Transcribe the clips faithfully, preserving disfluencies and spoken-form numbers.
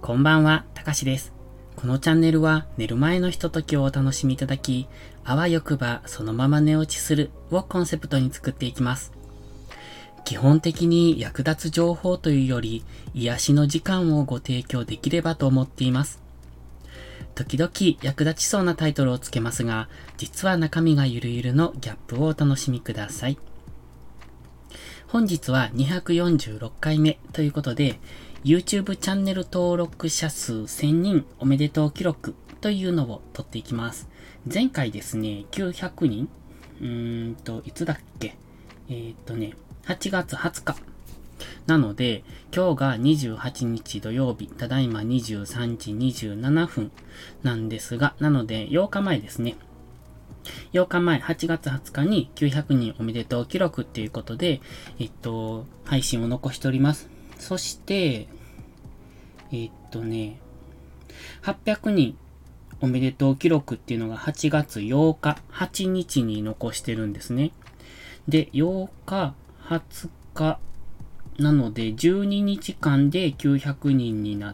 こんばんは、たかしです。このチャンネルは寝る前のひとときをお楽しみいただき、あわよくばそのまま寝落ちするをコンセプトに作っていきます。基本的に役立つ情報というより、癒しの時間をご提供できればと思っています。時々役立ちそうなタイトルをつけますが、実は中身がゆるゆるのギャップをお楽しみください。本日はにひゃくよんじゅうろっかいめということで、YouTube チャンネル登録者数せんにんおめでとう記録というのを取っていきます。前回ですね、きゅうひゃくにんうーんと、いつだっけえー、っとね、はちがつはつか。なので、今日がにじゅうはちにち土曜日、ただいまにじゅうさんじにじゅうななふんなんですが、なのでようかまえですね。ようかまえ、はちがつはつかにきゅうひゃくにんおめでとう記録っていうことで、えっと、配信を残しております。そして、えっとね、はっぴゃくにんおめでとう記録っていうのがはちがつようか、はちにちに残してるんですね。で、ようか、はつか、なのでじゅうににちかんできゅうひゃくにんになって、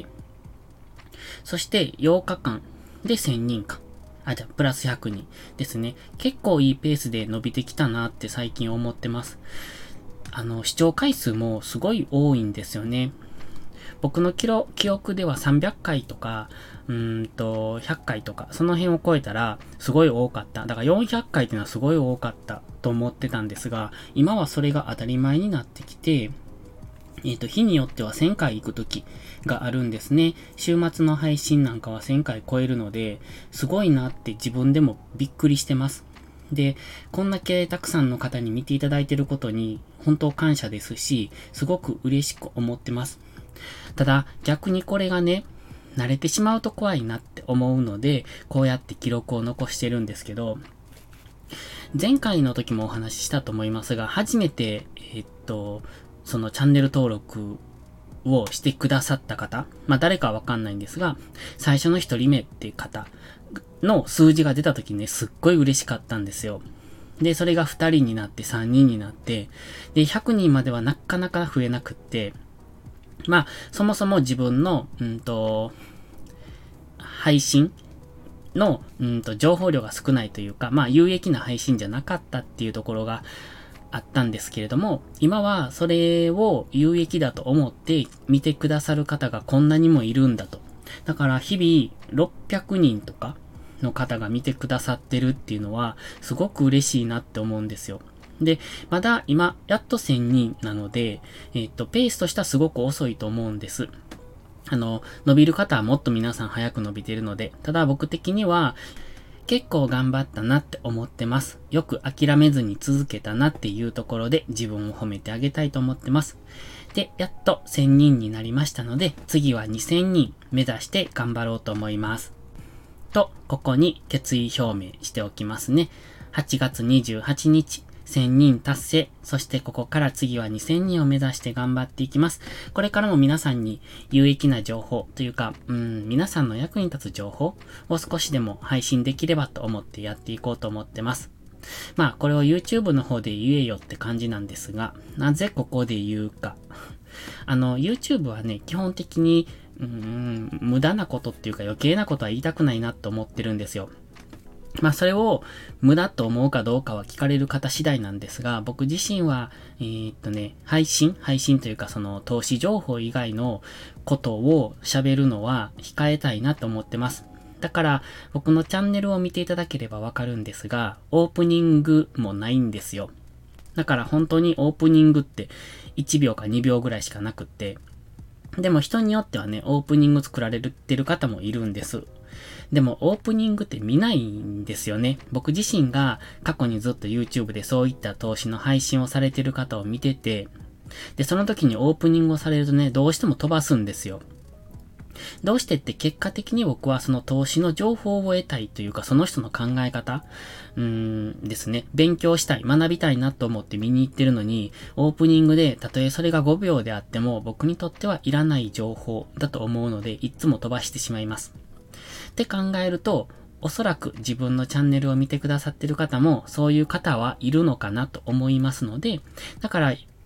そしてようかかんでせんにんか。あ、じゃあ、プラスひゃくにんですね。結構いいペースで伸びてきたなって最近思ってます。あの、視聴回数もすごい多いんですよね。僕の記憶ではさんびゃっかいとか、うーんと、ひゃっかいとか、その辺を超えたらすごい多かった。だからよんひゃっかいっていうのはすごい多かったと思ってたんですが、今はそれが当たり前になってきて、えっと、日によってはせんかい行く時があるんですね。週末の配信なんかはせんかい超えるので、すごいなって自分でもびっくりしてます。で、こんだけたくさんの方に見ていただいていることに、本当感謝ですし、すごく嬉しく思ってます。ただ、逆にこれがね、慣れてしまうと怖いなって思うので、こうやって記録を残してるんですけど、前回の時もお話ししたと思いますが、初めて、えっと、そのチャンネル登録をしてくださった方、まあ誰かはわかんないんですが、最初の一人目っていう方の数字が出た時にね、すっごい嬉しかったんですよ。で、それがふたりになってさんにんになって、で、ひゃくにんまではなかなか増えなくって、まあ、そもそも自分の、うんと、配信の、うんと、情報量が少ないというか、まあ、有益な配信じゃなかったっていうところがあったんですけれども、今はそれを有益だと思って見てくださる方がこんなにもいるんだと。だから日々ろっぴゃくにんとかの方が見てくださってるっていうのはすごく嬉しいなって思うんですよ。で、まだ今やっとせんにんなので、えっと、ペースとしてはすごく遅いと思うんです。あの、伸びる方はもっと皆さん早く伸びてるので、ただ僕的には結構頑張ったなって思ってます。よく諦めずに続けたなっていうところで自分を褒めてあげたいと思ってます。で、やっとせんにんになりましたので、次はにせんにん目指して頑張ろうと思います。と、ここに決意表明しておきますね。はちがつにじゅうはちにち、せんにん達成。そしてここから次はにせんにんを目指して頑張っていきます。これからも皆さんに有益な情報というか、うん、皆さんの役に立つ情報を少しでも配信できればと思ってやっていこうと思ってます。まあ、これを YouTube の方で言えよって感じなんですが、なぜここで言うか。あの、YouTube はね、基本的に、うーん、無駄なことっていうか余計なことは言いたくないなと思ってるんですよ。まあそれを無駄と思うかどうかは聞かれる方次第なんですが、僕自身は、えー、っとね、配信配信というかその投資情報以外のことを喋るのは控えたいなと思ってます。だから僕のチャンネルを見ていただければわかるんですが、オープニングもないんですよ。だから本当にオープニングっていちびょうかにびょうぐらいしかなくって、でも人によってはね、オープニング作られてる方もいるんです。でもオープニングって見ないんですよね。僕自身が過去にずっと YouTube でそういった投資の配信をされてる方を見てて、で、その時にオープニングをされるとね、どうしても飛ばすんですよ。どうしてって結果的に僕はその投資の情報を得たいというか、その人の考え方、うーんですね、勉強したい、学びたいなと思って見に行ってるのに、オープニングで、たとえそれがごびょうであっても、僕にとってはいらない情報だと思うので、いつも飛ばしてしまいます。って考えると、おそらく自分のチャンネルを見てくださってる方も、そういう方はいるのかなと思いますので、だから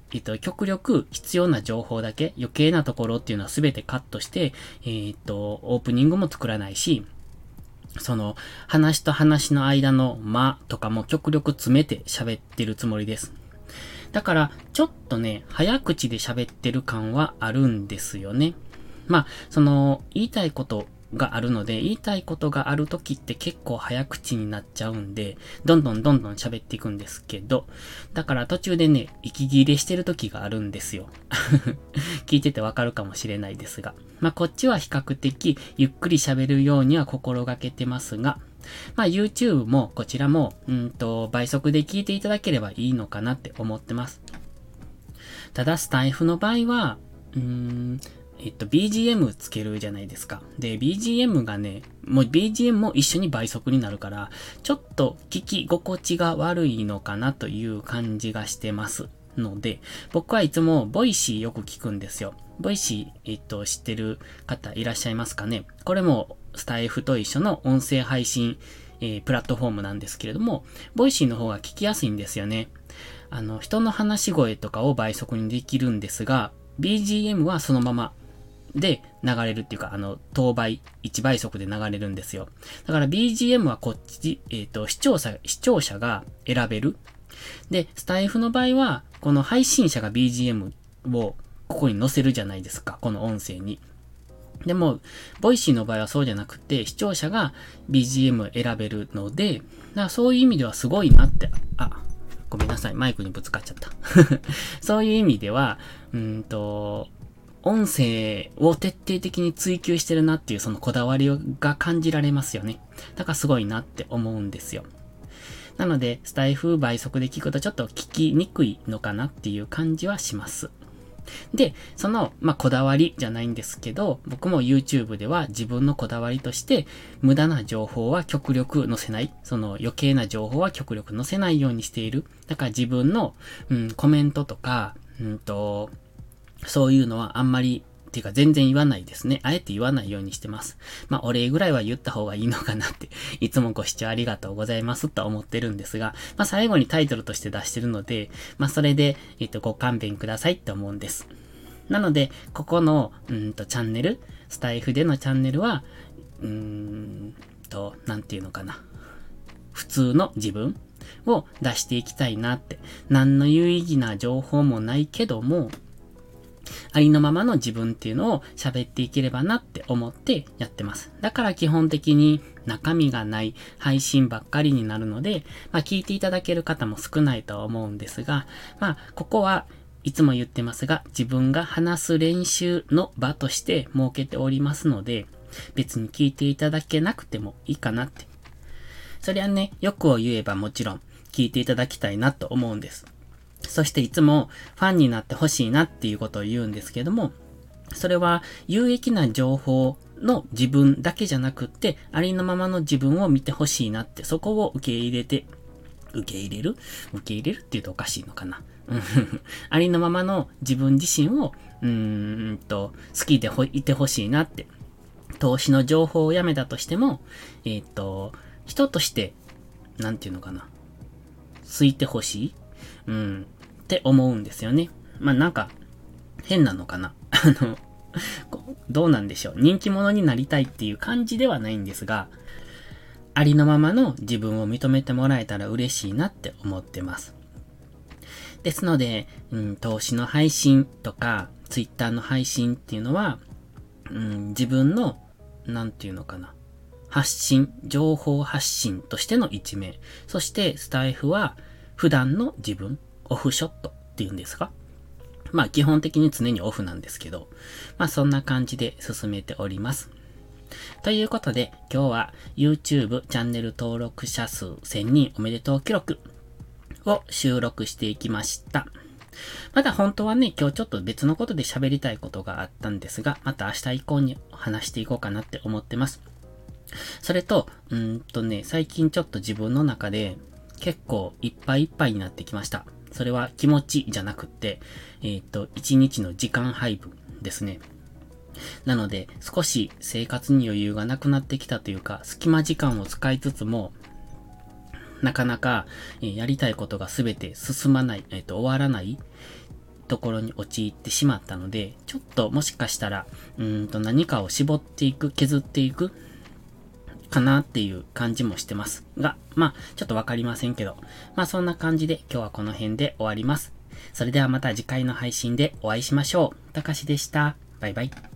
えっと、極力必要な情報だけ、余計なところっていうのは全てカットして、えっと、オープニングも作らないし、その、話と話の間の間とかも極力詰めて喋ってるつもりです。だから、ちょっとね、早口で喋ってる感はあるんですよね。まあ、その、言いたいことがあるので、言いたいことがあるときって結構早口になっちゃうんで、どんどんどんどん喋っていくんですけど、だから途中でね、息切れしてるときがあるんですよ。聞いててわかるかもしれないですが。まあ、こっちは比較的ゆっくり喋るようには心がけてますが、まあ、YouTube もこちらも、うんと、倍速で聞いていただければいいのかなって思ってます。ただ、スタイフの場合は、うーん、えっと、ビージーエム つけるじゃないですか。で、ビージーエム がね、もう ビージーエム も一緒に倍速になるから、ちょっと聞き心地が悪いのかなという感じがしてますので、僕はいつもボイシーよく聞くんですよ。ボイシー、えっと、知ってる方いらっしゃいますかね。これもスタイフと一緒の音声配信、えー、プラットフォームなんですけれども、ボイシーの方が聞きやすいんですよね。あの、人の話し声とかを倍速にできるんですが、ビージーエム はそのままで流れるっていうか、あの、等倍、いちばい速で流れるんですよ。だから ビージーエム はこっち、えっと、視聴者、視聴者が選べる。で、スタイフの場合は、この配信者が ビージーエム をここに載せるじゃないですか、この音声に。でも、ボイシーの場合はそうじゃなくて、視聴者が ビージーエム を選べるので、だからそういう意味ではすごいなって、あ、ごめんなさい、マイクにぶつかっちゃった。そういう意味では、うんと、音声を徹底的に追求してるなっていうそのこだわりが感じられますよね。だからすごいなって思うんですよ。なので、スタイフ倍速で聞くとちょっと聞きにくいのかなっていう感じはします。で、その、まあ、こだわりじゃないんですけど、僕も YouTube では自分のこだわりとして、無駄な情報は極力載せない。その余計な情報は極力載せないようにしている。だから自分の、うん、コメントとか、うんと、そういうのはあんまり、っていうか全然言わないですね。あえて言わないようにしてます。まあ、お礼ぐらいは言った方がいいのかなって、いつもご視聴ありがとうございますと思ってるんですが、まあ、最後にタイトルとして出してるので、まあ、それで、えっと、ご勘弁くださいって思うんです。なので、ここの、うんと、チャンネル、スタイフでのチャンネルは、うーんと、なんていうのかな。普通の自分を出していきたいなって。何の有意義な情報もないけども、ありのままの自分っていうのを喋っていければなって思ってやってます。だから基本的に中身がない配信ばっかりになるので、まあ聞いていただける方も少ないとは思うんですが、まあここはいつも言ってますが、自分が話す練習の場として設けておりますので、別に聞いていただけなくてもいいかなって。そりゃね、欲を言えばもちろん聞いていただきたいなと思うんです。そしていつもファンになってほしいなっていうことを言うんですけども、それは有益な情報の自分だけじゃなくって、ありのままの自分を見てほしいなって、そこを受け入れて、受け入れる受け入れるって言うとおかしいのかな。ありのままの自分自身を、うーんと、好きでいてほしいなって。投資の情報をやめたとしても、えっと、人として、なんていうのかな。好いてほしいうん。って思うんですよね。まあ、なんか、変なのかな。あの、どうなんでしょう。人気者になりたいっていう感じではないんですが、ありのままの自分を認めてもらえたら嬉しいなって思ってます。ですので、うん、投資の配信とか、ツイッターの配信っていうのは、うん、自分の、なんていうのかな。発信、情報発信としての一面。そして、スタイフは、普段の自分、オフショットっていうんですか？まあ基本的に常にオフなんですけど、まあそんな感じで進めております。ということで、今日は YouTube チャンネル登録者数せんにんおめでとう記録を収録していきました。まだ本当はね、今日ちょっと別のことで喋りたいことがあったんですが、また明日以降に話していこうかなって思ってます。それと、うーんとね、最近ちょっと自分の中で、結構いっぱいいっぱいになってきました。それは気持ちじゃなくって、えっと、一日の時間配分ですね。なので、少し生活に余裕がなくなってきたというか、隙間時間を使いつつも、なかなか、えー、やりたいことがすべて進まない、えっと、終わらないところに陥ってしまったので、ちょっともしかしたら、うーんと何かを絞っていく、削っていくかなっていう感じもしてますが、まあちょっとわかりませんけど、まあそんな感じで今日はこの辺で終わります。それではまた次回の配信でお会いしましょう。たかしでした。バイバイ。